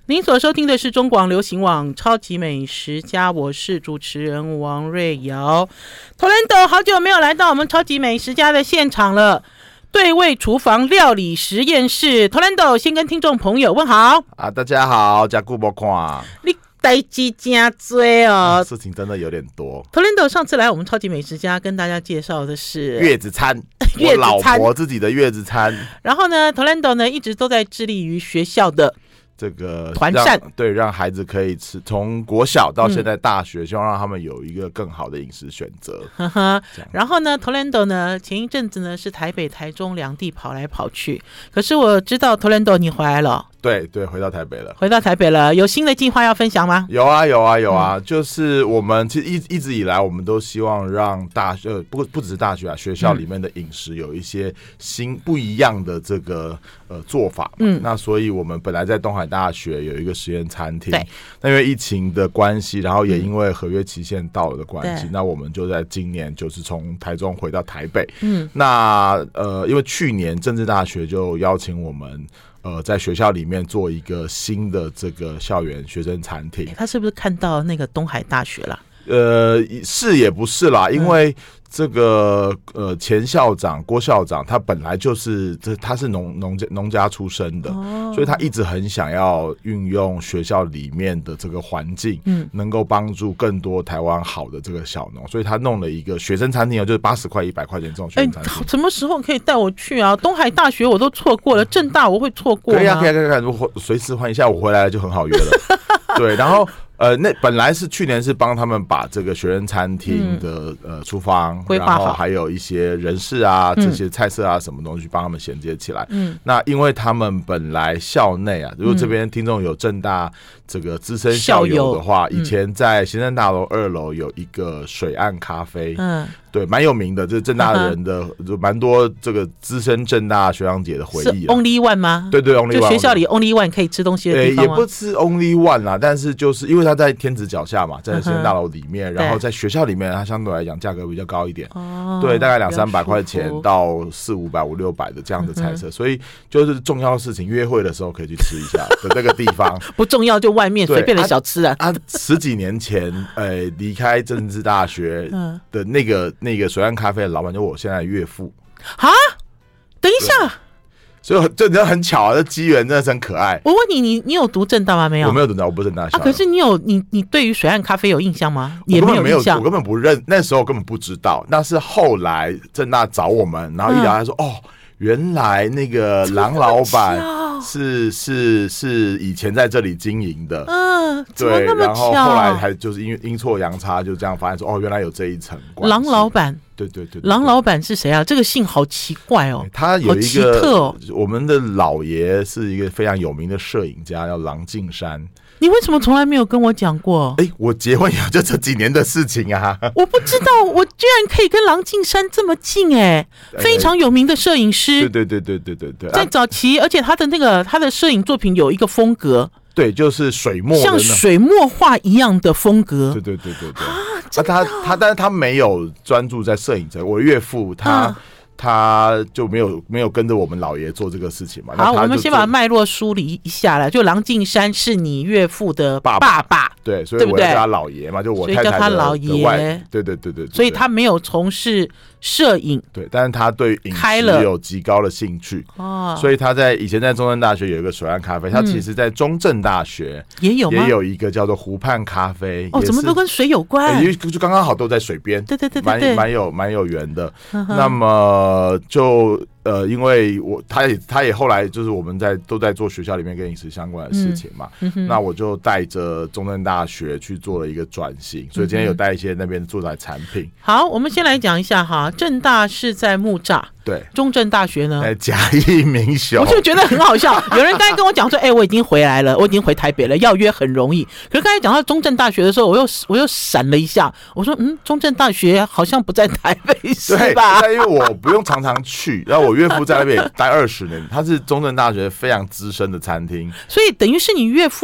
您所收听的是中广流行网超级美食家，我是主持人王瑞瑶。Tolando 好久没有来到我们超级美食家的现场了，对味厨房料理实验室。Tolando 先跟听众朋友问好啊，大家好，真久没看， 你代志真多哦， 事情真的有点多。 Tolando 上次来我们超级美食家跟大家介绍的是月子餐，我老婆自己的月子餐。 然后呢 ，Tolando 呢一直都在致力于学校的这个团膳， 对，让孩子可以吃，从国小到现在大学，希望让他们有一个更好的饮食选择。 然后呢 ，Tolando 呢，前一阵子呢是台北、台中两地跑来跑去，可是我知道 Tolando 你回来了。 对对，回到台北了。 回到台北了，有新的计划要分享吗？ 有啊，就是我们其实一直以来，我们都希望让大学不只是大学啊，学校里面的饮食有一些新不一样的这个做法。那所以我们本来在东海大学有一个实验餐厅，那因为疫情的关系，然后也因为合约期限到了的关系，那我们就在今年就是从台中回到台北。那因为去年政治大学就邀请我们。在学校里面做一个新的这个校园学生餐厅。 他是不是看到那个东海大学了？ 是也不是啦，因为这个前校长郭校长他本来就是他是农家出身的，所以他一直很想要运用学校里面的这个环境，能够帮助更多台湾好的这个小农，所以他弄了一个学生餐厅，就是80块100块钱这种学生餐厅。 什么时候可以带我去啊？东海大学我都错过了，政大我会错过吗？ 可以啊，随时换一下，我回来了就很好约了。对，然后那本来是去年是帮他们把这个学生餐厅的厨房规划好，然后还有一些人事啊、这些菜色啊什么东西帮他们衔接起来。那因为他们本来校内啊，如果这边听众有政大这个资深校友的话，以前在行政大楼2楼有一个水岸咖啡，对，蛮有名的，这是政大人的蛮多这个资深政大学长姐的回忆。 是 Only One 吗？ 对 ，Only One， 就学校里 Only One 可以吃东西的地方吗？ 也不是 Only One 啦，但是就是因为它在天子脚下嘛，在行政大楼里面，然后在学校里面，它相对来讲价格比较高一点，对，大概200-300块钱到400-500、500-600的这样的菜色，所以就是重要的事情，约会的时候可以去吃一下的那个地方。 不重要就外面随便的小吃啊。 10几年前，离开政治大学的那个水岸咖啡的老板，就我现在的岳父。 啊，等一下。 所以这很巧啊，这机缘真的是很可爱。 我问你有读政大吗？没有， 我没有读政大，我不是政大校。 可是你对于水岸咖啡有印象吗？也没有印象， 我根本不认，那时候根本不知道。那是后来政大找我们，然后一聊，他说原来那个郎老板是以前在这里经营的，对，然后后来还就是因为阴错阳差就这样发现说，原来有这一层关系。 郎老板， 对， 郎老板是谁啊？这个姓好奇怪哦， 他有一个好奇特哦。 我们的老爷是一个非常有名的摄影家，叫郎静山。 你为什么从来没有跟我讲过？ 我结婚也就这几年的事情啊。我不知道，我居然可以跟郎静山这么近非常有名的摄影师。 对， 在早期，而且他的摄影作品有一个风格。对， 就是水墨， 像水墨画一样的风格。 对。但是他没有专注在摄影上。我岳父他就没有跟着我们老爷做这个事情嘛。 好，我们先把脉络梳理一下了。就郎静山是你岳父的爸爸， 对，所以我叫他老爷嘛，就我太太的， 所以叫他老爷。 对， 所以他没有从事摄影， 对，但是他对饮食有极高的兴趣，所以他以前在中正大学有一个水岸咖啡，他其实在中正大学也有一个叫做湖畔咖啡。 怎么都跟水有关？ 就刚刚好都在水边， 对， 蛮有缘的。那么因为他也后来就是我们都在做学校里面跟饮食相关的事情嘛，那我就带着中正大学去做了一个转型，所以今天有带一些那边做的产品。 好，我们先来讲一下哈，政大是在木栅， 对， 中正大学呢嘉义民雄， 我就觉得很好笑。有人刚才跟我讲说，我已经回来了，我已经回台北了，要约很容易。可是刚才讲到中正大学的时候，我又闪了一下，我说中正大学好像不在台北是吧？ 对，因为我不用常常去，然后我岳父在那边待20年，他是中正大学非常资深的餐厅， 所以等于是你岳父在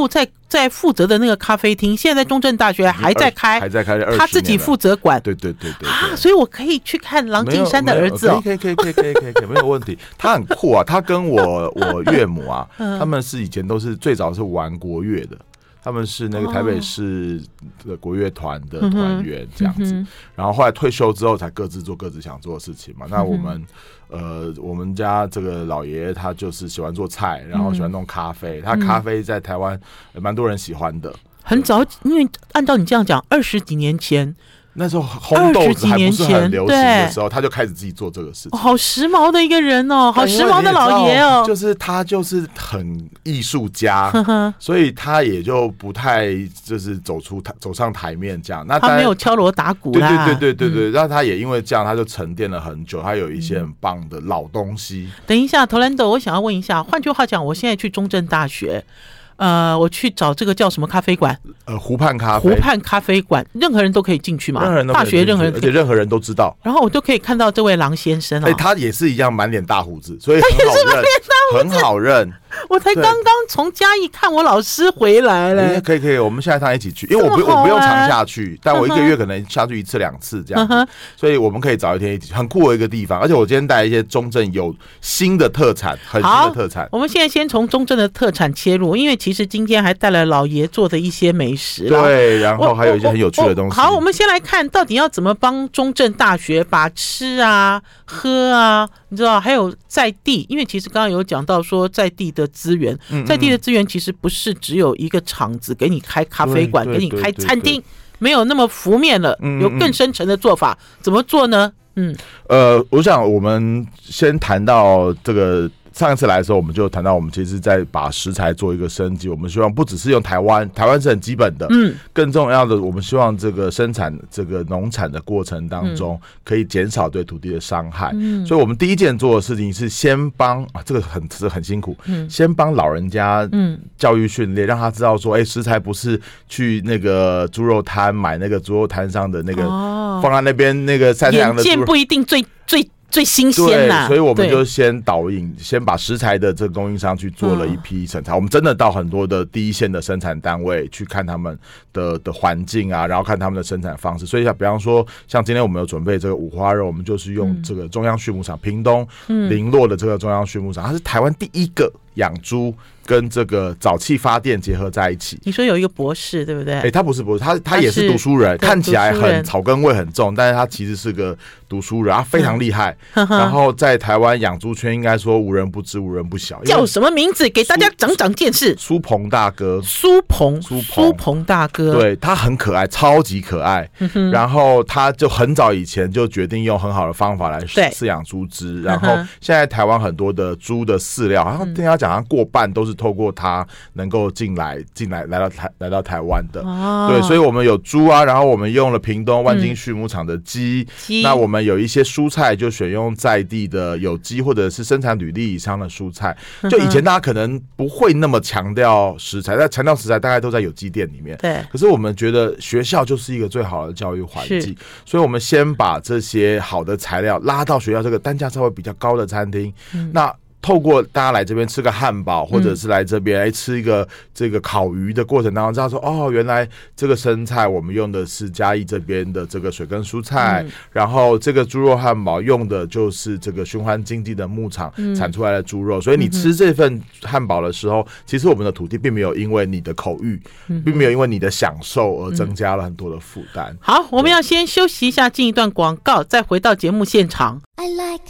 在负责的那个咖啡厅，现在在中正大学还在开 20年了， 他自己负责管。 对啊，所以我可以去看郎静山的儿子哦。 可以，没有问题。他很酷啊，他跟我岳母啊，他们是以前都是最早是玩国乐的。他们是那个台北市的国乐团的团员这样子，然后后来退休之后才各自做各自想做的事情嘛。那我们家这个老爷爷他就是喜欢做菜，然后喜欢弄咖啡，他咖啡在台湾蛮多人喜欢的。 很早，因为按照你这样讲，20几年前。 那时候烘豆子还不是很流行的时候，他就开始自己做这个事情。 好时髦的一个人哦，好时髦的老爷哦。 就是他就是很艺术家，所以他也就不太就是走上台面这样。那他没有敲锣打鼓啦。 对。然后他也因为这样，他就沉淀了很久，他有一些很棒的老东西。 等一下 ，Tolando， 我想要问一下，换句话讲，我现在去中正大学。我去找这个叫什么咖啡馆？ 湖畔咖啡馆，任何人都可以进去嘛？ 任何人都可以进去，大学任何人，而且任何人都知道。 然后我就可以看到这位郎先生哦， 他也是一样满脸大胡子，所以很好认。 我才刚刚从嘉义看我老师回来了。 可以，我们下一趟一起去，因为我不用常下去，但我一个月可能下去1次2次这样子，所以我们可以找一天一起，很酷的一个地方。而且我今天带一些中正有新的特产，很新的特产。 我们现在先从中正的特产切入，因为其实今天还带了老爷做的一些美食。 对，然后还有一些很有趣的东西。 好，我们先来看到底要怎么帮中正大学把吃啊、喝啊，你知道，还有在地，因为其实刚刚有讲到说在地的资源，在地的资源其实不是只有一个场子给你开咖啡馆，给你开餐厅，没有那么浮面了，有更深层的做法。怎么做呢？ 我想我们先谈到这个。上一次来的时候，我们就谈到，我们其实在把食材做一个升级。我们希望不只是用台湾是很基本的，更重要的，我们希望这个生产这个农产的过程当中，可以减少对土地的伤害。所以我们第一件做的事情是先帮这个很辛苦，先帮老人家教育训练，让他知道说，食材不是去那个猪肉摊买那个猪肉摊上的那个放在那边那个晒太阳的猪肉， 眼见不一定最新鲜啦， 所以我们就先导引，先把食材的这个供应商去做了一批审查。我们真的到很多的第一线的生产单位去看他们的环境啊，然后看他们的生产方式。所以比方说，像今天我们有准备这个五花肉，我们就是用这个中央畜牧场屏东林落的这个中央畜牧场，它是台湾第一个养猪跟这个沼气发电结合在一起。 你说有一个博士对不对？ 他不是博士，他也是读书人，看起来很草根味很重，但是他其实是个读书人，他非常厉害。然后在台湾养猪圈应该说无人不知无人不晓。 叫什么名字？给大家长见识。 苏鹏大哥， 苏鹏大哥， 对，他很可爱，超级可爱。然后他就很早以前就决定用很好的方法来饲养猪只。然后现在台湾很多的猪的饲料，好像听他讲，过半都是透过他能够进来来到台湾的。对，所以我们有猪啊，然后我们用了屏东万金畜牧场的鸡。那我们有一些蔬菜就选用在地的有机或者是生产履历以上的蔬菜。就以前大家可能不会那么强调食材，但强调食材大概都在有机店里面。 对。 可是我们觉得学校就是一个最好的教育环境，所以我们先把这些好的材料拉到学校这个单价稍微比较高的餐厅。那透过大家来这边吃个汉堡，或者是来这边吃一个这个烤鱼的过程当中，知道说原来这个生菜我们用的是嘉义这边的这个水耕蔬菜，然后这个猪肉汉堡用的就是这个循环经济的牧场产出来的猪肉，所以你吃这份汉堡的时候，其实我们的土地并没有因为你的口欲，并没有因为你的享受而增加了很多的负担。 好，我们要先休息一下，进一段广告，再回到节目现场。 I like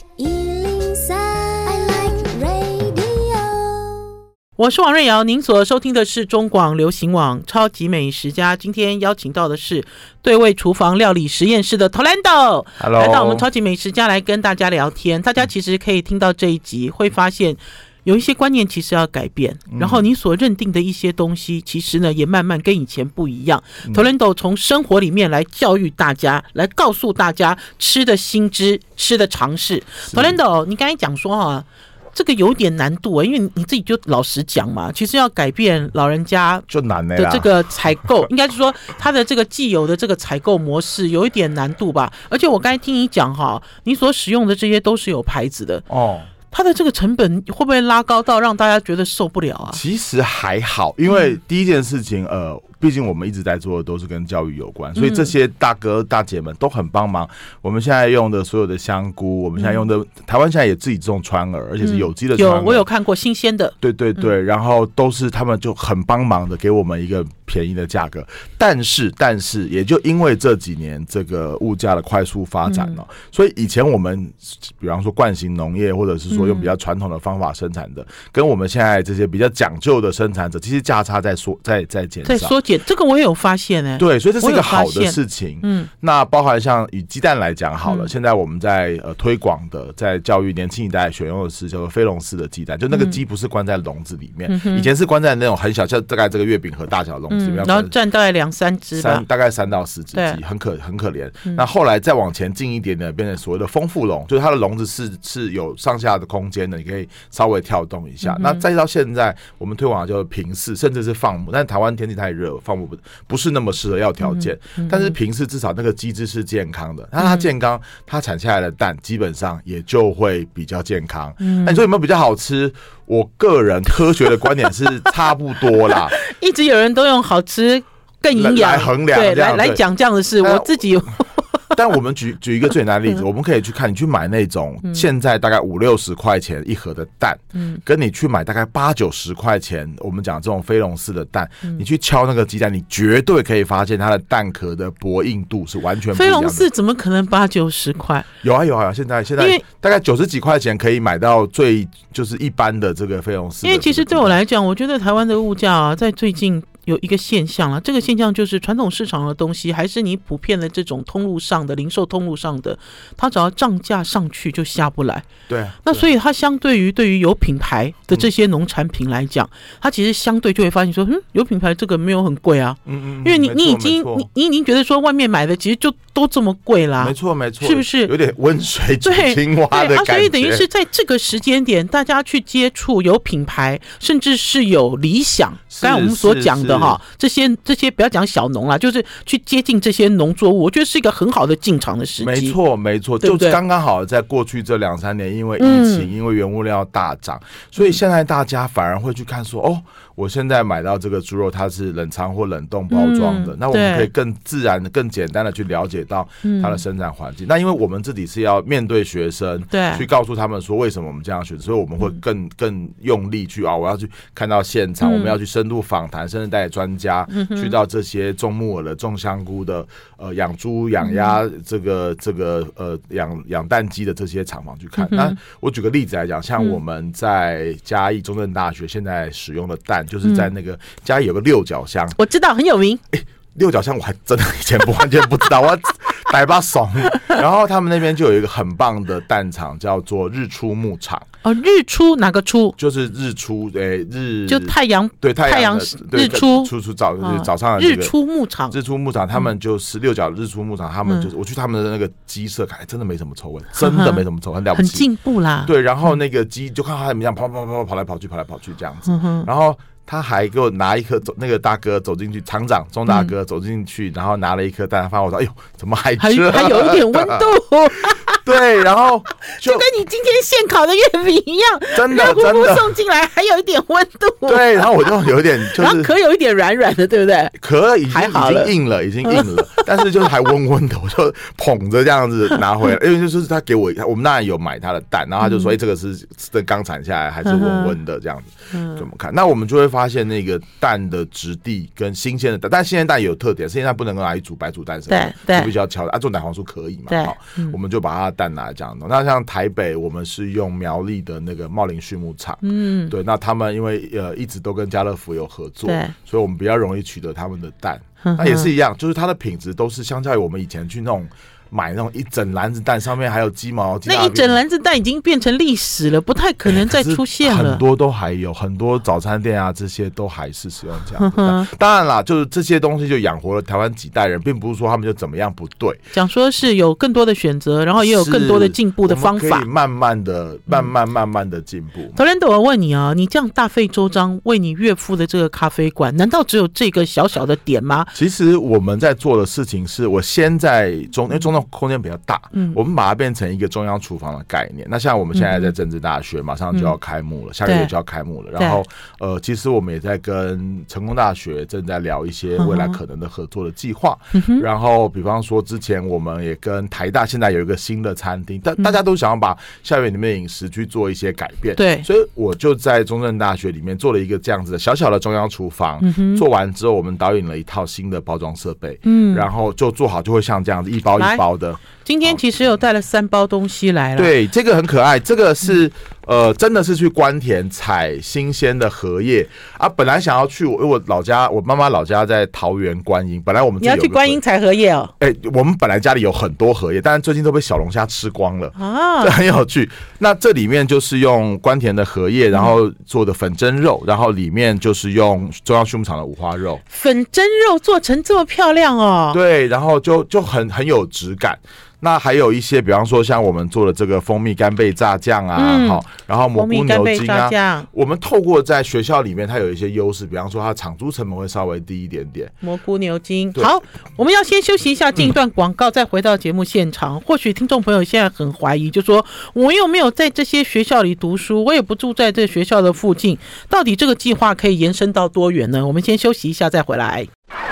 103I like radio。 我是王瑞瑶，您所收听的是中广流行网超级美食家。今天邀请到的是对味厨房料理实验室的 Tolando， 来到我们超级美食家来跟大家聊天。大家其实可以听到这一集，会发现有一些观念其实要改变，然后你所认定的一些东西其实呢也慢慢跟以前不一样。Tolando 从生活里面来教育大家，来告诉大家吃的新知，吃的常识。Tolando 你刚才讲说这个有点难度因为你自己就老实讲嘛，其实要改变老人家就难的这个采购，应该是说他的这个既有的这个采购模式有一点难度吧。而且我刚才听你讲你所使用的这些都是有牌子的它的这个成本会不会拉高到让大家觉得受不了啊？ 其实还好，因为第一件事情，毕竟我们一直在做的都是跟教育有关，所以这些大哥大姐们都很帮忙。我们现在用的所有的香菇，我们现在用的台湾现在也自己种川耳，而且是有机的川耳。 我有看过新鲜的。 对对对，然后都是他们就很帮忙的，给我们一个便宜的价格。但是也就因为这几年这个物价的快速发展了，所以以前我们比方说惯性农业，或者是说用比较传统的方法生产的，跟我们现在这些比较讲究的生产者，其实价差在减少， 这个我也有发现对，所以这是一个好的事情。那包含像以鸡蛋来讲好了，现在我们在推广的，在教育年轻一代选用的是叫做飞龙式的鸡蛋，就那个鸡不是关在笼子里面，以前是关在那种很小，像大概这个月饼盒大小的笼子里面， 然后占大概2-3只吧， 大概3到10只鸡，很可怜。那后来再往前进一点点，变成所谓的丰富笼，就是它的笼子是有上下的空间的，你可以稍微跳动一下。那再到现在，我们推广的叫做平式，甚至是放牧，但台湾天气太热，放牧不是那么适合要条件。但是平式至少那个鸡只是健康的，那它健康，它产下来的蛋基本上也就会比较健康。那你说有没有比较好吃？我个人科学的观点是差不多啦。 一直有人都用好吃更营养来衡量， 对，来讲这样的事，我自己。 但我们举一个最简单的例子，我们可以去看，你去买那种现在大概50-60块钱一盒的蛋，跟你去买大概80-90块钱，我们讲这种飞龙式的蛋，你去敲那个鸡蛋，你绝对可以发现它的蛋壳的薄硬度是完全不一样的。 飞龙式怎么可能80-90块？ 有啊，现在大概90几块钱可以买到最就是一般的这个飞龙式。 因为其实对我来讲，我觉得台湾的物价啊，在最近有一个现象了，这个现象就是传统市场的东西，还是你普遍的这种通路上的零售通路上的，它只要涨价上去就下不来。 对， 那所以它相对于有品牌的这些农产品来讲，它其实相对就会发现说，有品牌这个没有很贵啊，因为你已经觉得说外面买的其实就都这么贵啦， 没错， 是不是有点温水煮青蛙的感觉？ 所以等于是在这个时间点，大家去接触有品牌，甚至是有理想，刚才我们所讲的哈，这些不要讲小农啦，就是去接近这些农作物，我觉得是一个很好的进场的时机。 没错，就刚刚好在过去这2-3年，因为疫情，因为原物料大涨，所以现在大家反而会去看说，我现在买到这个猪肉，它是冷藏或冷冻包装的，那我们可以更自然的、更简单的去了解到它的生产环境。那因为我们自己是要面对学生，去告诉他们说为什么我们这样选择，所以我们会更用力去我要去看到现场，我们要去深度访谈，甚至带专家去到这些种木耳的、种香菇的、养猪、养鸭、养蛋鸡的这些厂房去看。那我举个例子来讲，像我们在嘉义中正大学现在使用的蛋，就是在那个嘉义有个六角乡， 我知道很有名。 六角乡我还真的以前完全不知道，我逮把怂。然后他们那边就有一个很棒的蛋厂，叫做日出牧场。 日出哪个出？ 就是日出， 就太阳， 对太阳日出早上的、 日出牧场， 他们就是六角日出牧场，他们就是我去他们的那个鸡舍看，真的没什么臭味，真的没什么臭味，很了不起， 很进步啦。 对，然后那个鸡就看到他们这样跑来跑去这样子，然后他还给我拿一颗，那个大哥走进去，厂长钟大哥走进去，然后拿了一颗蛋，发现我说：“哎呦，怎么还有一点温度？” 对，然后就跟你今天现烤的月饼一样， 真的送进来，还有一点温度。 对，然后我就有点就是， 然后壳有一点软软的，对不对？ 壳已经硬了，但是就是还温温的，我就捧着这样子拿回来，因为就是他给我们当然有买他的蛋，然后他就说：“这个是刚产下来还是温温的这样子。”怎么看？那我们就会发现那个蛋的质地跟新鲜的蛋，但新鲜蛋也有特点，新鲜蛋不能够拿来煮白煮蛋什么的，就必须要敲的。做奶黄酥可以嘛？好，我们就把它的蛋拿来这样弄。那像台北，我们是用苗栗的那个茂林畜牧场，对，那他们因为一直都跟家乐福有合作，所以我们比较容易取得他们的蛋。那也是一样，就是它的品质都是相较于我们以前去那种买那种一整篮子蛋，上面还有鸡毛， 那一整篮子蛋已经变成历史了，不太可能再出现了。 很多都还有，很多早餐店啊，这些都还是使用这样的蛋。当然啦，就是这些东西就养活了台湾几代人，并不是说他们就怎么样不对。 讲说是有更多的选择，然后也有更多的进步的方法， 可以慢慢的进步。 头人，我问你啊，你这样大费周章为你岳父的这个咖啡馆，难道只有这个小小的点吗？ 其实我们在做的事情是，我先在因为中正的空间比较大，我们把它变成一个中央厨房的概念。那像我们现在在政治大学马上就要开幕了，下个月就要开幕了。然后其实我们也在跟成功大学正在聊一些未来可能的合作的计划。然后比方说之前我们也跟台大现在有一个新的餐厅，大家都想要把校园里面的饮食去做一些改变。 对， 所以我就在中正大学里面做了一个这样子的小小的中央厨房。做完之后，我们导引了一套新的包装设备，然后就做好，就会像这样子一包一包的。 今天其实有带了3包东西来了。 对，这个很可爱，这个是真的是去关田采新鲜的荷叶啊。本来想要去我老家，我妈妈老家在桃园观音，本来我们自己有你要去观音采荷叶哦。 我们本来家里有很多荷叶，但是最近都被小龙虾吃光了啊，这很有趣。那这里面就是用关田的荷叶，然后做的粉蒸肉，然后里面就是用中央畜牧场的五花肉， 粉蒸肉做成这么漂亮哦。 对，然后就很有质感。那还有一些，比方说像我们做的这个蜂蜜干贝炸酱啊，然后蘑菇牛筋啊，我们透过在学校里面，它有一些优势，比方说它场租成本会稍微低一点点。 蘑菇牛筋，好，我们要先休息一下，进一段广告，再回到节目现场。或许听众朋友现在很怀疑，就说我又没有在这些学校里读书，我也不住在这学校的附近，到底这个计划可以延伸到多远呢？我们先休息一下，再回来。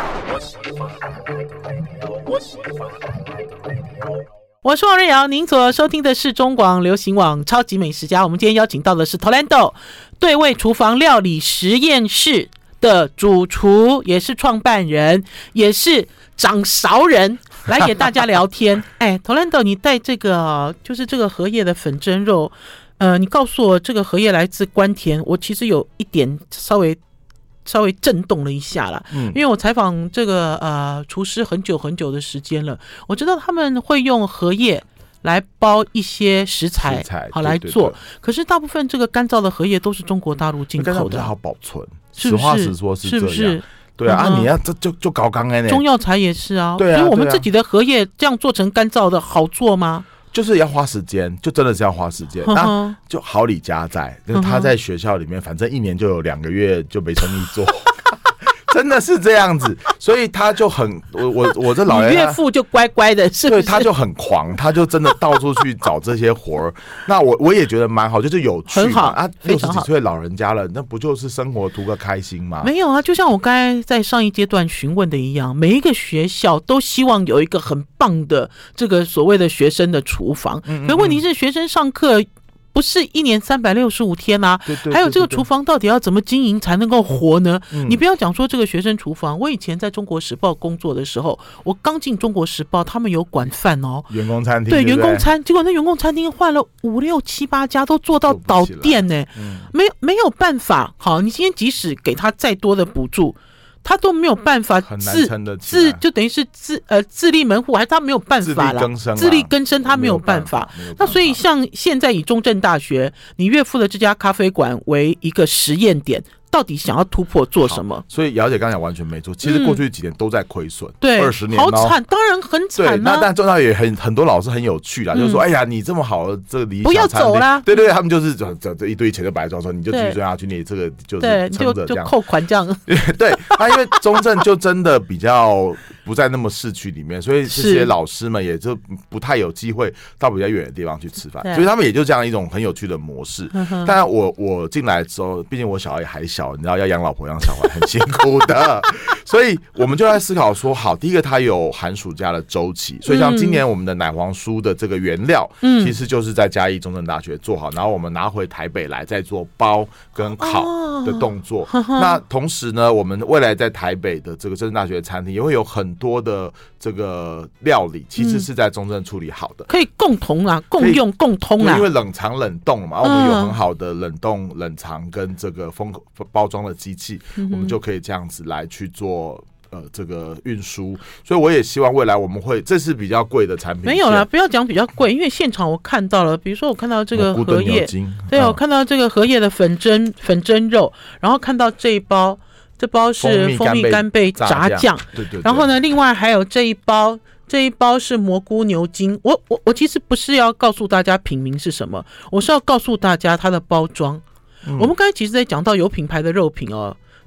我是王瑞瑶，您所收听的是中广流行网超级美食家。我们今天邀请到的是 Tolando 对味厨房料理实验室的主厨，也是创办人，也是掌勺人，来给大家聊天。Tolando 你带这个就是这个荷叶的粉蒸肉，你告诉我这个荷叶来自关田，我其实有一点稍微震动了一下啦，因为我采访这个厨师很久很久的时间了，我知道他们会用荷叶来包一些食材好来做，可是大部分这个干燥的荷叶都是中国大陆进口的， 比较好保存， 是不是？ 实话实说是这样， 是不是？ 对啊，你要就搞刚呢， 中药材也是啊， 对啊， 所以我们自己的荷叶这样做成干燥的好做吗？ 就是要花时间，就真的是要花时间。那就好李家在，他在学校里面，反正1年就有2个月就没生意做，真的是这样子。所以他就很我这老人家， 岳父就乖乖的，是不是？ 对，他就很狂，他就真的到处去找这些活儿。那我也觉得蛮好，就是有趣嘛。 很好啊，60几岁老人家了，那不就是生活图个开心吗？ 没有啊，就像我刚才在上一阶段询问的一样，每一个学校都希望有一个很棒的这个所谓的学生的厨房。可问题是，学生上课不是1年365天啊， 对， 还有这个厨房到底要怎么经营才能够活呢？你不要讲说这个学生厨房，我以前在中国时报工作的时候，我刚进中国时报，他们有管饭哦， 员工餐厅， 对，员工餐，结果那员工餐厅换了5、6、7、8家，都做到倒店呢，没有办法。好，你今天即使给他再多的补助，他都没有办法就等于是自立门户，还是他没有办法啦，自力更生他没有办法。那所以像现在以中正大学你岳父的这家咖啡馆为一个实验点，到底想要突破做什么？ 所以姚姐刚才完全没错，其实过去几年都在亏损， 对 ，20年好惨，当然很惨啊。 那但中大也很多老师很有趣啦，就是说，哎呀，你这么好的这个理想， 不要走啦。 对，他们就是这一堆钱就摆在桌上，你就继续赚下去，你这个就是撑着这样， 就扣款这样。 对，因为中正就真的比较不在那么市区里面，所以这些老师们也就不太有机会到比较远的地方去吃饭，所以他们也就这样一种很有趣的模式。当然，我进来之后，毕竟我小孩还小，你知道要养老婆养小孩很辛苦的，所以我们就在思考说，好，第一个它有寒暑假的周期，所以像今年我们的奶黄酥的这个原料，其实就是在嘉义中正大学做好，然后我们拿回台北来再做包跟烤的动作。那同时呢，我们未来在台北的这个中正大学餐厅也会有很多的这个料理，其实是在中正处理好的， 可以共同啦、共用、共通啦， 因为冷藏冷冻嘛，我们有很好的冷冻、冷藏跟这个包装的机器，我们就可以这样子来去做这个运输。所以我也希望未来我们会，这是比较贵的产品， 没有啦，不要讲比较贵，因为现场我看到了，比如说我看到这个荷叶，对，我看到这个荷叶的粉蒸肉，然后看到这一包。这包是蜂蜜干贝炸酱， 对， 然后呢，另外还有这一包是蘑菇牛筋。我其实不是要告诉大家品名是什么，我是要告诉大家它的包装。我们刚才其实在讲到有品牌的肉品哦，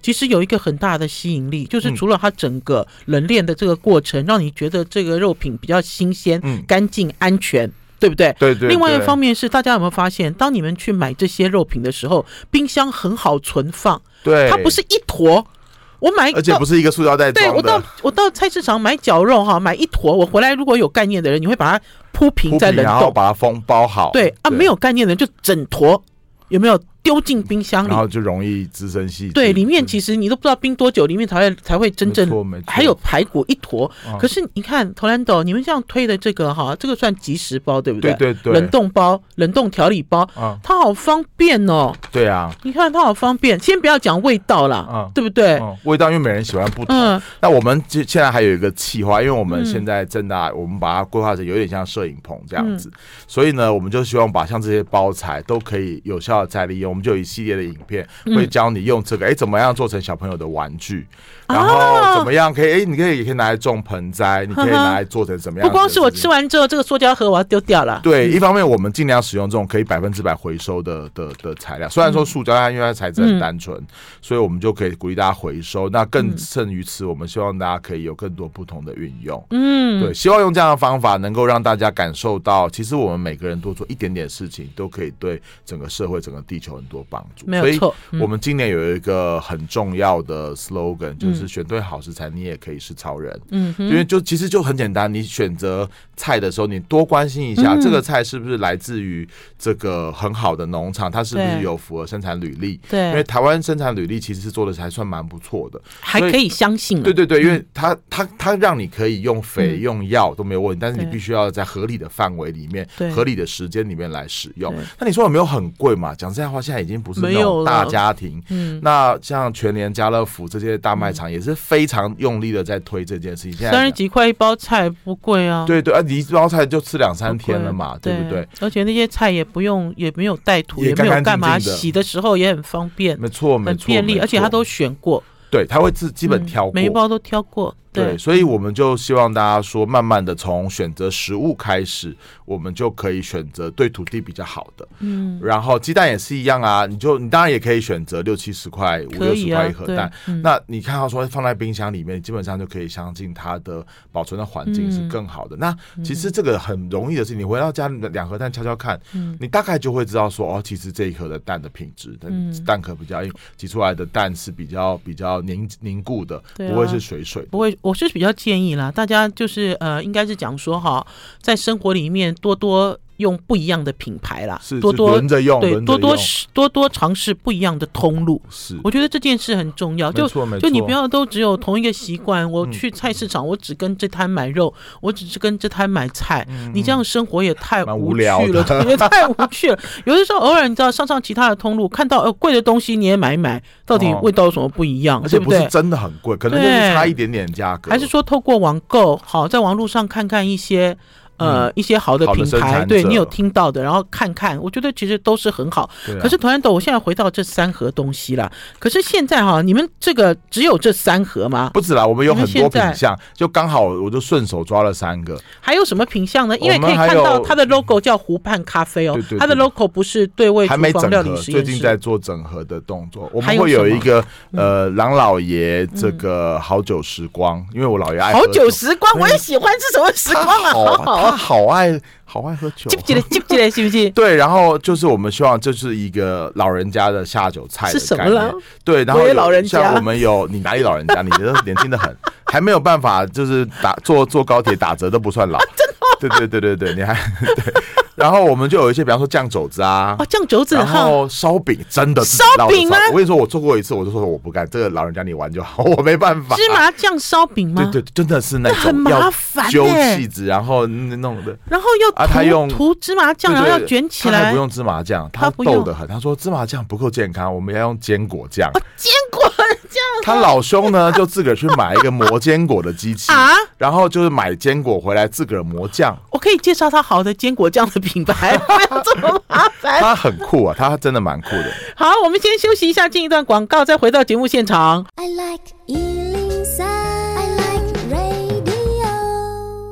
其实有一个很大的吸引力，就是除了它整个冷链的这个过程，让你觉得这个肉品比较新鲜、干净、安全。对不对？ 对。 另外一方面是，大家有没有发现，当你们去买这些肉品的时候，冰箱很好存放， 对， 它不是一坨。我买， 而且不是一个塑料袋装的。 对，我到菜市场买绞肉哈，买一坨，我回来如果有概念的人，你会把它铺平再冷冻， 然后把它封包好。 对啊，没有概念的人就整坨，有没有？丢进冰箱里， 然后就容易滋生细菌。 对，里面其实你都不知道冰多久，里面才会真正。还有排骨一坨，可是你看 Tolando 你们这样推的这个哈，这个算即食包对不对？ 对。 冷冻包、冷冻调理包，它好方便哦。 对啊， 你看它好方便。先不要讲味道啦，对不对？ 味道因为每人喜欢不同。那我们现在还有一个企划，因为我们现在正大，我们把它规划成有点像摄影棚这样子，所以呢，我们就希望把像这些包材都可以有效的再利用。我们就有一系列的影片会教你用这个，怎么样做成小朋友的玩具，然后怎么样可以，你也可以拿来种盆栽，你可以拿来做成什么样？ 不光是我吃完之后，这个塑胶盒我要丢掉了。 对，一方面我们尽量使用这种可以100%回收的材料，虽然说塑胶它因为它材质很单纯，所以我们就可以鼓励大家回收。那更甚于此，我们希望大家可以有更多不同的运用。对，希望用这样的方法能够让大家感受到，其实我们每个人多做一点点事情，都可以对整个社会、整个地球很多帮助。 没有错， 我们今年有一个很重要的 slogan， 就是选对好食材，你也可以是超人。因为其实就很简单，你选择菜的时候，你多关心一下这个菜是不是来自于这个很好的农场，它是不是有符合生产履历？ 对， 因为台湾生产履历其实是做的还算蛮不错的， 还可以相信。 对，因为它让你可以用肥用药都没有问题，但是你必须要在合理的范围里面、合理的时间里面来使用。那你说有没有很贵嘛？讲实在话，现在已经不是那种大家庭。那像全联、家乐福这些大卖场也是非常用力的在推这件事情。 30几块一包菜不贵啊。 对，你一包菜就吃2-3天了嘛，对不对？ 而且那些菜也没有带土，也没有干嘛，洗的时候也很方便， 没错， 很便利，而且它都选过。 对，他会基本挑过， 每一包都挑过。 对，所以我们就希望大家说，慢慢的从选择食物开始，我们就可以选择对土地比较好的。然后鸡蛋也是一样啊，你当然也可以选择60-70块、50-60块一盒蛋。那你看到说放在冰箱里面，你基本上就可以相信它的保存的环境是更好的。那其实这个很容易的事，你回到家2盒蛋敲敲看，你大概就会知道说，其实这一盒的蛋的品质，蛋壳比较硬，挤出来的蛋是比较凝固的，不会是水水的， 不会。我是比较建议啦，大家就是应该是讲说哈，在生活里面多用不一样的品牌啦，多轮着用，对， 多尝试不一样的通路。 是， 我觉得这件事很重要。就你不要都只有同一个习惯。我去菜市场，我只跟这摊买肉，我只是跟这摊买菜。你这样生活也太无趣了，也太无趣了。有的时候偶尔你知道上其他的通路，看到贵的东西你也买一买，到底味道有什么不一样？ 而且不是真的很贵，可能就是差一点点价格。 还是说透过网购，好，在网络上看看一些好的品牌，对你有听到的，然后看看，我觉得其实都是很好。可是Tolando，我现在回到这3盒东西啦。可是现在你们这个只有这3盒吗？ 不止啦，我们有很多品项，就刚好我就顺手抓了3个。 还有什么品项呢？因为可以看到它的 logo 叫湖畔咖啡哦，它的 logo 不是对味厨房料理实验室， 最近在做整合的动作。我们会有一个郎老爷这个好酒时光，因为我老爷爱喝酒。 好酒时光，我也喜欢，是什么时光啊？ 他好爱喝酒， 记不记得是不是？ 对，然后就是我们希望这是一个老人家的下酒菜的是什么了？ 对，然后老人家， 像我们有你哪里老人家？你觉得年轻的很，还没有办法，就是坐高铁打折都不算老。真的？对，你还对。然后我们就有一些，比方说酱肘子啊， 酱肘子， 然后烧饼，真的烧饼吗？ 我跟你说，我做过一次，我就说我不干，这个老人家你玩就好，我没办法。 芝麻酱烧饼吗？ 对，真的是那种很麻烦， 揪气子，然后弄的， 然后又涂芝麻酱，然后要卷起来。 他还不用芝麻酱，他逗得很。他说芝麻酱不够健康，我们要用坚果酱。 坚果酱。 他老兄呢，就自个儿去买一个磨坚果的机器然后就是买坚果回来自个儿磨酱。 我可以介绍他好的坚果酱的品牌，不要这么麻烦。 他很酷啊，他真的蛮酷的。 好，我们先休息一下，进一段广告，再回到节目现场。 I like 103, I like radio。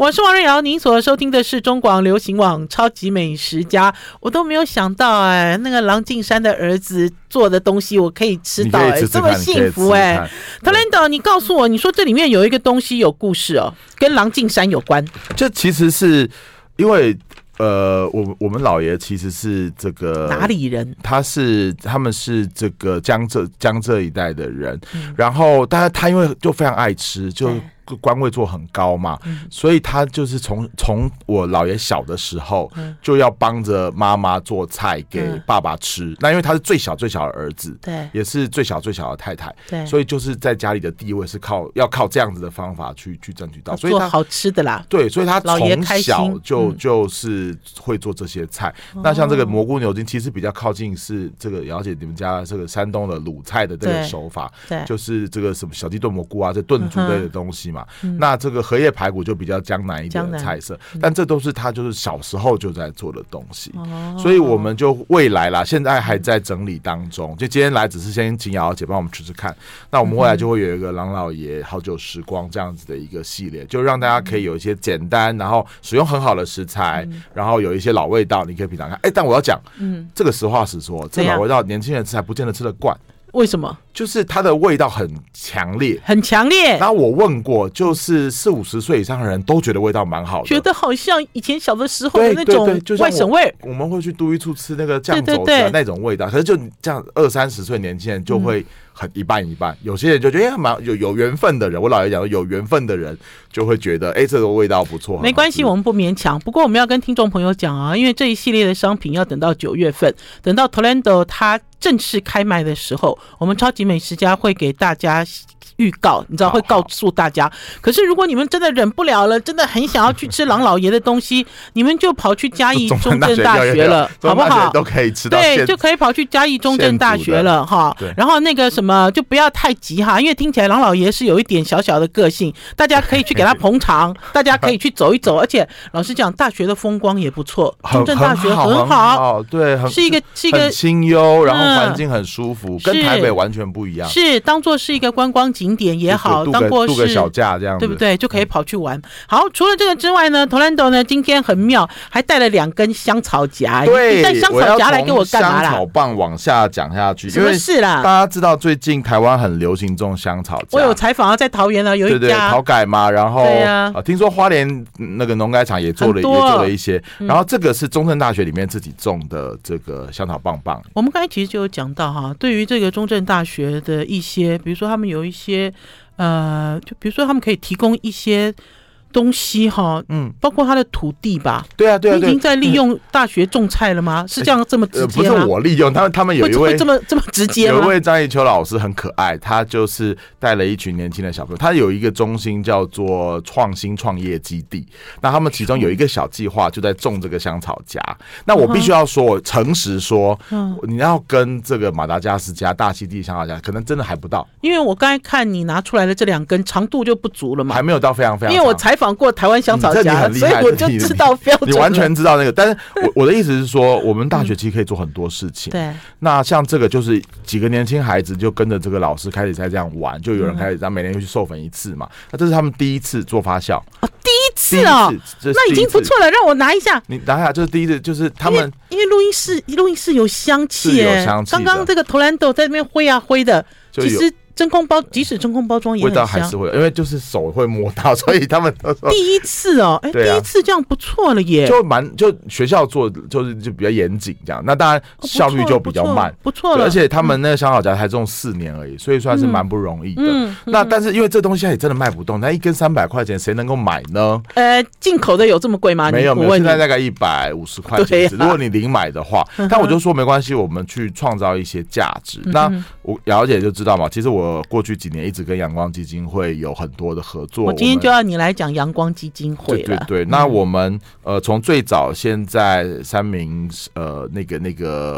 我是王瑞瑶，您所收听的是中广流行网超级美食家。我都没有想到那个郎静山的儿子做的东西我可以吃到这么幸福Tolando， 你告诉我，你说这里面有一个东西有故事跟郎静山有关。 这其实是因为我们老爷其实是这个哪里人？ 他们是这个江浙一带的人，然后但是他因为就非常爱吃，就官位做很高嘛，所以他就是从我姥爷小的时候就要帮着妈妈做菜给爸爸吃。那因为他是最小的儿子，对，也是最小的太太，对，所以就是在家里的地位是要靠这样子的方法去争取到，所以他做好吃的啦。 对，所以他从小就是会做这些菜。那像这个蘑菇牛筋，其实比较靠近是这个了解你们家这个山东的鲁菜的这个手法，对，就是这个什么小鸡炖蘑菇啊，这炖煮类的东西。那这个荷叶排骨就比较江南一点的菜色，但这都是他就是小时候就在做的东西，所以我们就未来啦，现在还在整理当中。就今天来只是先请瑶瑶姐帮我们吃吃看，那我们未来就会有一个郎老爷好酒时光这样子的一个系列，就让大家可以有一些简单，然后使用很好的食材，然后有一些老味道，你可以品尝看。但我要讲，这个实话实说，这老味道年轻人吃还不见得吃得惯。 为什么？ 就是它的味道很强烈， 很强烈。 然后我问过，就是40-50岁以上的人都觉得味道蛮好的， 觉得好像以前小的时候的那种外省味。 我们会去都一处吃那个酱肘子那种味道，可是就这样20-30岁年轻人就会很一半一半。有些人就觉得蛮有缘分的人，我姥爷讲说有缘分的人就会觉得这个味道不错。 没关系，我们不勉强。不过我们要跟听众朋友讲啊，因为这一系列的商品要等到9月份，等到 Tolando 它正式开卖的时候，我们超级美食家会给大家预告，你知道会告诉大家。可是如果你们真的忍不了了，真的很想要去吃郎老爷的东西，你们就跑去嘉义中正大学了，好不好？ 都可以吃到， 对，就可以跑去嘉义中正大学了哈。然后那个什么就不要太急哈，因为听起来郎老爷是有一点小小的个性，大家可以去给他捧场，大家可以去走一走。而且老实讲，大学的风光也不错，中正大学很好， 对，是一个很清幽，然后环境很舒服，跟台北完全不一样。是当做是一个观光景点也好，当过度个小假这样子， 对不对？就可以跑去玩。好，除了这个之外呢 ，Tolando 呢今天很妙，还带了2根香草夹。 对， 你带香草夹来给我干嘛啦？ 香草棒往下讲下去， 什么事啦？ 大家知道最近台湾很流行种香草夹， 我有采访在桃园呢，有一家对桃改嘛，然后听说花莲那个农改场也做了一些，然后这个是中正大学里面自己种的这个香草棒棒。 我们刚才其实就有讲到哈，对于这个中正大学的一些，比如说他们有一些就比如说他们可以提供一些东西哈，包括他的土地吧。 对啊， 你已经在利用大学种菜了吗？是这样这么直接吗？ 不是我利用，他们有一位会这么直接吗？ 有一位张义秋老师很可爱，他就是带了一群年轻的小朋友，他有一个中心叫做创新创业基地。那他们其中有一个小计划就在种这个香草荚。那我必须要说，我诚实说，你要跟这个马达加斯加大溪地香草荚，可能真的还不到。因为我刚才看你拿出来的这2根长度就不足了嘛， 还没有到非常非常长。 因为我采访过台湾香草荚，所以我就知道标准。 你完全知道那个，但是我的意思是说，我们大学其实可以做很多事情。对，那像这个就是几个年轻孩子就跟着这个老师开始在这样玩，就有人开始每年去授粉1次嘛。那这是他们第1次做发酵。 第一次那已经不错了，让我拿一下。 你拿一下，这是第1次，就是他们因为录音室有香气耶，刚刚这个 Tolando 在那边挥啊挥的，其实。真空包，即使真空包装也很香， 味道还是会，因为就是手会摸到，所以他们都说第1次第1次这样不错了耶， 就学校做就比较严谨这样，那当然效率就比较慢， 不错了。 而且他们那个香草荚才种4年而已，所以算是蛮不容易的。那但是因为这东西也真的卖不动，那1根300块钱，谁能够买呢？ 进口的有这么贵吗？ 没有，现在大概150块钱，如果你零买的话。但我就说没关系，我们去创造一些价值。那我了解就知道嘛，其实我过去几年一直跟阳光基金会有很多的合作。 我今天就要你来讲阳光基金会了。 对，那我们从最早现在三民那个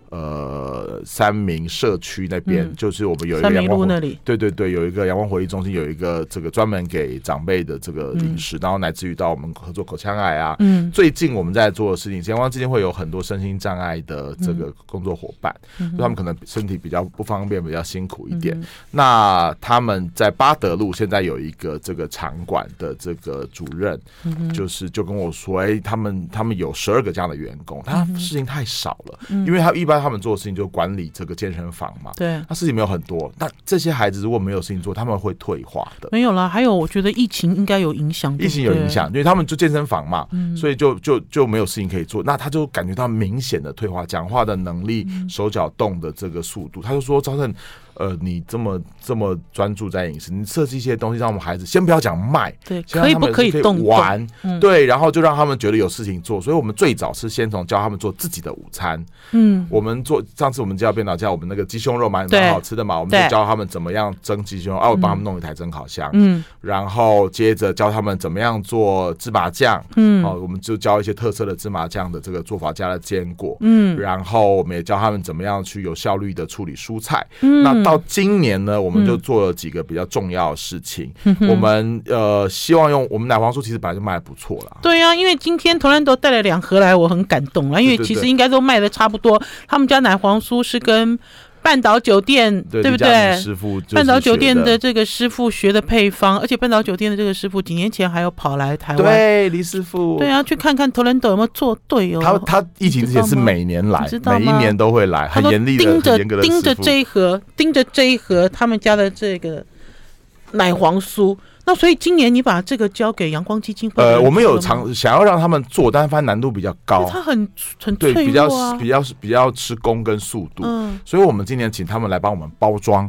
三民社区那边，就是我们有一个三民路那里， 对对对，有一个阳光活力中心，有一个这个专门给长辈的这个饮食，然后乃至于到我们合作口腔癌啊，最近我们在做的事情，阳光基金会有很多身心障碍的这个工作伙伴，他们可能身体比较不方便，比较辛苦一点，那他们在八德路现在有一个这个场馆的这个主任，就跟我说，他们有12个这样的员工，他事情太少了，因为一般他们做的事情就管理这个健身房嘛， 对， 那事情没有很多，那这些孩子如果没有事情做，他们会退化的。 没有啦，还有我觉得疫情应该有影响， 疫情有影响，因为他们就健身房嘛，所以就没有事情可以做，那他就感觉到明显的退化，讲话的能力、手脚动的这个速度，他就说赵正。你这么专注在饮食，你设计一些东西让我们孩子先不要讲卖， 对，可以不可以动玩，对，然后就让他们觉得有事情做。所以我们最早是先从教他们做自己的午餐，我们上次我们教编导教我们那个鸡胸肉蛮好吃的嘛，我们就教他们怎么样蒸鸡胸肉，我帮他们弄一台蒸烤箱，然后接着教他们怎么样做芝麻酱，我们就教一些特色的芝麻酱的这个做法，加了坚果，然后我们也教他们怎么样去有效率的处理蔬菜，那到今年呢，我们就做了几个比较重要的事情。我们希望用我们奶黄酥，其实本来就卖得不错啦。 对啊，因为今天投篮都带了2盒来，我很感动啦。因为其实应该都卖的差不多。他们家奶黄酥是跟半岛酒店 对不对？ 师傅半岛酒店的这个师傅学的配方，而且半岛酒店的这个师傅几年前还有跑来台湾， 对，李师傅， 对啊，去看看投篮斗有没有做对哦。 他疫情之前是每年来，每一年都会来，很严厉的、很严格的师傅，盯着这一盒他们家的这个奶黄酥。那所以今年你把这个交给阳光基金会， 我们有想要让他们做，但是发现难度比较高， 它很对， 脆弱啊， 比较吃功跟速度，所以我们今年请他们来帮我们包装。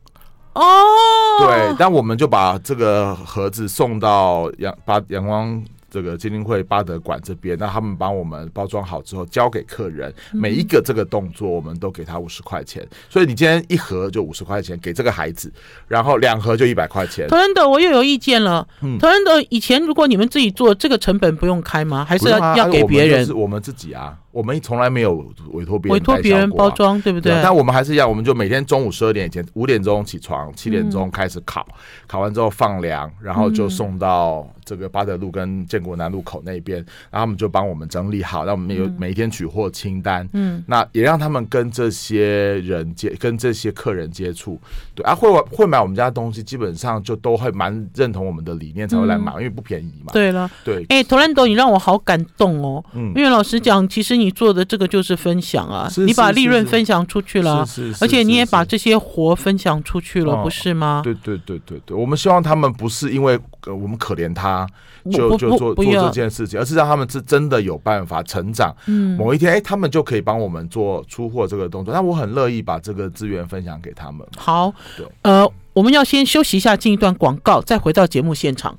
对，但我们就把这个盒子送到阳光这个基金会巴德馆这边，那他们帮我们包装好之后交给客人，每一个这个动作我们都给他50块钱，所以你今天1盒就50块钱给这个孩子，然后2盒就100块钱。 投篮斗我又有意见了，投篮斗以前如果你们自己做，这个成本不用开吗？还是要给别人？ 我们自己啊，我们从来没有委托别人包装，对不对？ 但我们还是一样，我们就每天中午12点以前5点钟起床，7点钟开始烤完之后放凉，然后就送到这个巴德路跟建国南路口那边，然后他们就帮我们整理好，让我们有每一天取货清单，那也让他们跟这些客人接触，对啊，会买我们家的东西，基本上就都会蛮认同我们的理念才会来买，因为不便宜嘛。 对了， 对， 投篮斗你让我好感动哦，因为老实讲，其实你做的这个就是分享啊，你把利润分享出去了，而且你也把这些活分享出去了，不是吗？ 对，我们希望他们不是因为我们可怜他就做这件事情，而是让他们是真的有办法成长。某一天，他们就可以帮我们做出货这个动作。那我很乐意把这个资源分享给他们。 好，我们要先休息一下，进一段广告，再回到节目现场。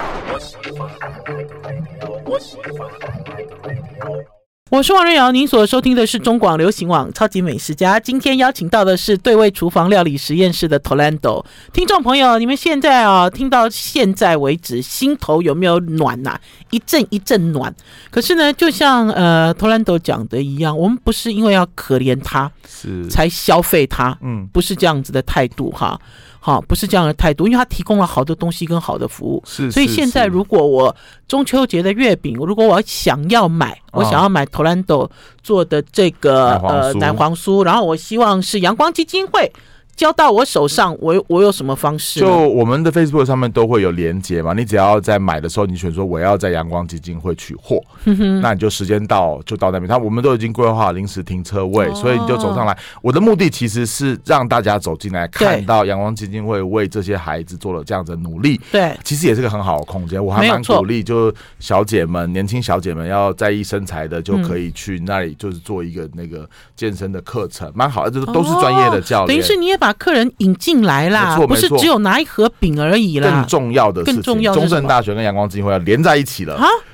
我是王瑞瑶，您所收听的是中广流行网超级美食家。今天邀请到的是对味厨房料理实验室的 Tolando。听众朋友，你们现在听到现在为止，心头有没有暖啊？一阵一阵暖。可是呢，就像Tolando 讲的一样，我们不是因为要可怜他才消费他，不是这样子的态度哈。好，不是这样的态度，因为他提供了好的东西跟好的服务，所以现在如果我中秋节的月饼，如果我想要买Tolando 做的这个奶黄酥，然后我希望是阳光基金会交到我手上，我有什么方式呢？ 就我们的 Facebook 上面都会有连结嘛，你只要在买的时候，你选说我要在阳光基金会取货，那你就时间到就到那边，我们都已经规划临时停车位，所以你就走上来。我的目的其实是让大家走进来，看到阳光基金会为这些孩子做了这样的努力， 对， 其实也是个很好的空间。我还蛮鼓励，就小姐们、年轻小姐们要在意身材的，就可以去那里，就是做一个那个健身的课程，蛮好的，就是都是专业的教练。 等于是你也把客人引进来啦，不是只有拿一盒饼而已啦。 更重要的事情，中正大学跟阳光基金会要连在一起了。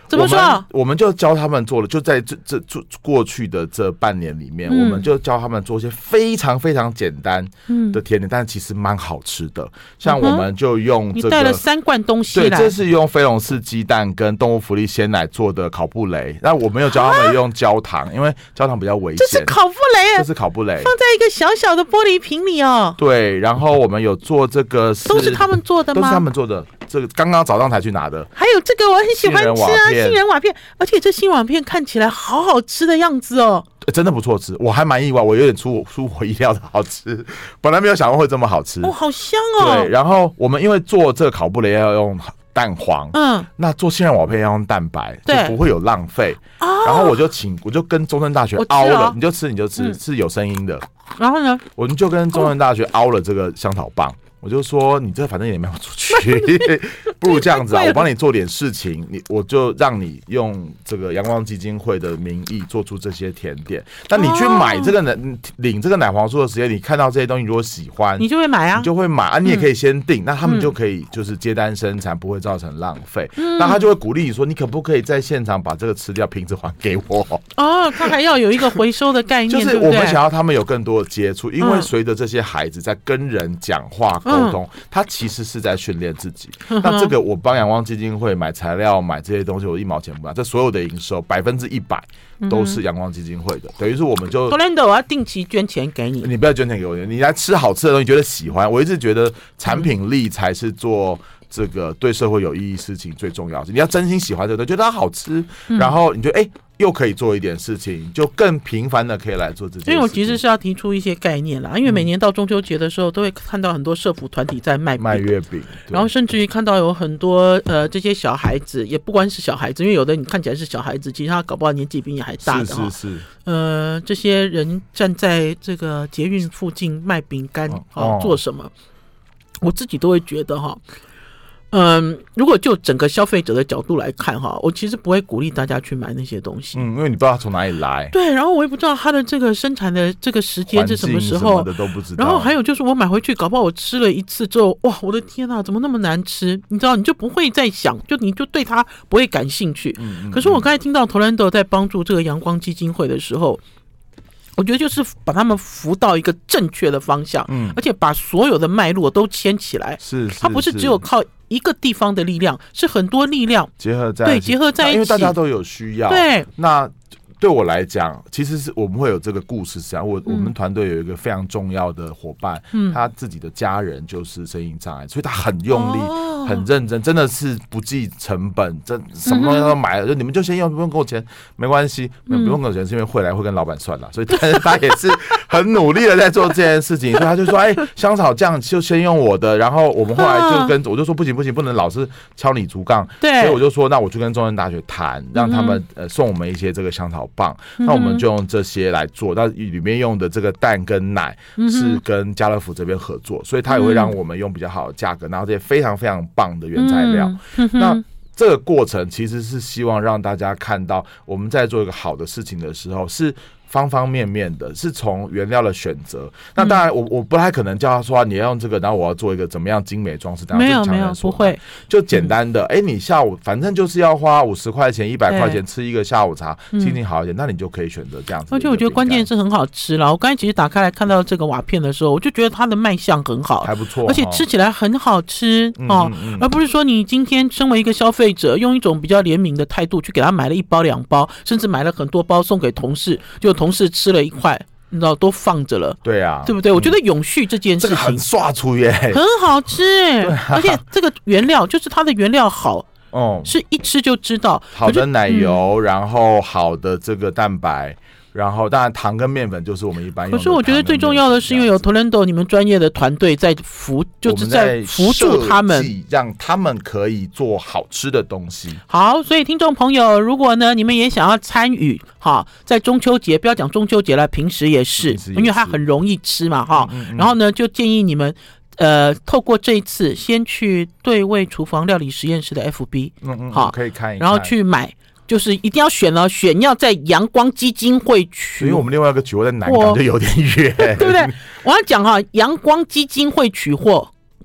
怎么说？ 我们就教他们做了，就在这过去的这半年里面，我们就教他们做一些非常非常简单的甜点，但其实蛮好吃的。像我们就用这个， 你带了3罐东西来， 对，这是用菲龙氏鸡蛋跟动物福利鲜奶做的烤布雷。那我没有教他们用焦糖，因为焦糖比较危险。 这是烤布雷， 这是烤布雷， 放在一个小小的玻璃瓶里哦。 对，然后我们有做这个， 都是他们做的吗？ 都是他们做的。这个刚刚早上才去拿的。 还有这个我很喜欢吃啊，杏仁瓦片，而且这杏仁瓦片看起来好好吃的样子哦。 真的不错吃，我还蛮意外，我有点出乎意料的好吃，本来没有想过会这么好吃。 哦，好香哦。 对，然后我们因为做这个烤布雷要用蛋黄，那做杏仁瓦片要用蛋白，就不会有浪费。然后我就跟中正大学凹了，你就吃，是有声音的。 然后呢， 我们就跟中正大学凹了这个香草棒。我就说你这反正也没有出去，不如这样子啊，我帮你做点事情，我就让你用这个阳光基金会的名义做出这些甜点。那你去买这个领这个奶黄酥的时间，你看到这些东西如果喜欢， 你就会买啊， 你就会买啊，你也可以先订，那他们就可以就是接单生产，不会造成浪费。那他就会鼓励你说，你可不可以在现场把这个吃掉，瓶子还给我？ 哦，他还要有一个回收的概念， 就是我们想要他们有更多的接触，因为随着这些孩子在跟人讲话沟通，他其实是在训练自己。那这个我帮阳光基金会买材料买这些东西，我1毛钱不拿，这所有的营收100%都是阳光基金会的，等于是我们就 Orlando 我要定期捐钱给你， 你不要捐钱给我，你来吃好吃的东西，觉得喜欢。我一直觉得产品力才是做这个对社会有意义事情最重要的。你要真心喜欢这个东西，觉得它好吃，然后你觉得又可以做一点事情，就更频繁的可以来做这件事情。 因为我其实是要提出一些概念啦，因为每年到中秋节的时候，都会看到很多社福团体在卖月饼， 然后甚至于看到有很多这些小孩子，也不光是小孩子，因为有的你看起来是小孩子，其实他搞不好年纪比你还大的是这些人站在这个捷运附近卖饼干做什么？我自己都会觉得如果就整个消费者的角度来看我其实不会鼓励大家去买那些东西， 因为你不知道它从哪里来。 对，然后我也不知道它的这个生产的这个时间是什么时候， 什么的都不知道。 然后还有就是我买回去，搞不好我吃了一次之后，哇，我的天啊，怎么那么难吃？你知道，你就不会再想，你就对它不会感兴趣。可是我刚才听到 Orlando 在帮助这个阳光基金会的时候，我觉得就是把他们扶到一个正确的方向，而且把所有的脉络都牵起来。它不是只有靠一个地方的力量，是很多力量结合在一起， 因为大家都有需要。 对， 那对我来讲，其实是我们会有这个故事。实际上，我们团队有一个非常重要的伙伴，他自己的家人就是身心障碍，所以他很用力、很认真，真的是不计成本，什么东西都买了，就你们就先用，不用给我钱，没关系，不用给我钱，是因为会跟老板算了，所以他也是很努力的在做这件事情，所以他就说，香草酱就先用我的，然后我们后来就我就说不行，不能老是敲你竹杠， 对， 所以我就说，那我就跟中正大学谈，让他们送我们一些这个香草棒，那我们就用这些来做。那里面用的这个蛋跟奶是跟家乐福这边合作，所以它也会让我们用比较好的价格，然后这些非常非常棒的原材料。那这个过程其实是希望让大家看到，我们在做一个好的事情的时候是方方面面的，是从原料的选择。那当然我不太可能叫他说你要用这个，然后我要做一个怎么样精美装饰， 没有不会， 就简单的你下午反正就是要花50块钱100块钱吃一个下午茶，心情好一点，那你就可以选择这样子。 而且我觉得关键是很好吃啦，我刚才其实打开来看到这个瓦片的时候，我就觉得它的卖相很好， 还不错， 而且吃起来很好吃而不是说你今天身为一个消费者，用一种比较怜悯的态度去给他买了1包2包，甚至买了很多包送给同事，就同事吃了1块，你知道都放着了， 对啊， 对不对？我觉得永续这件事情， 这个很刷出耶， 很好吃而且这个原料就是它的原料好，是一吃就知道好的奶油，然后好的这个蛋白。然后当然糖跟面粉就是我们一般用的。 可是我觉得最重要的是，因为有 Orlando 你们专业的团队在就是在扶助他们， 让他们可以做好吃的东西。 好，所以听众朋友，如果呢你们也想要参与在中秋节，不要讲中秋节了，平时也是，因为它很容易吃嘛然后呢就建议你们透过这一次先去对味厨房料理实验室的 FB 可以看一看， 然后去买。就是一定要选要在阳光基金会区， 因为我们另外一个取货在南港就有点远， 对不对？我要讲阳光基金会取货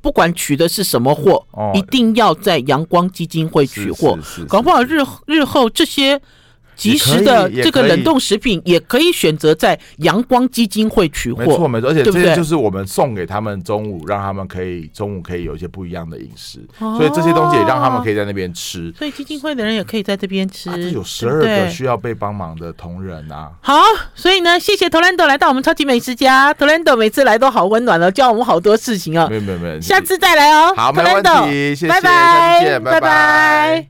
不管取的是什么货，一定要在阳光基金会取货。搞不好日后这些即时的这个冷冻食品也可以选择在阳光基金会取货， 没错没错，而且这些就是我们送给他们中午，让他们中午可以有一些不一样的饮食，所以这些东西也让他们可以在那边吃。 所以基金会的人也可以在这边吃。 这有12个需要被帮忙的同仁啊。 好，所以呢，谢谢Tolando来到我们超级美食家，Tolando每次来都好温暖哦，教我们好多事情哦。 没有， 下次再来哦。 好，没问题，谢谢， 拜拜， 下次见，拜拜。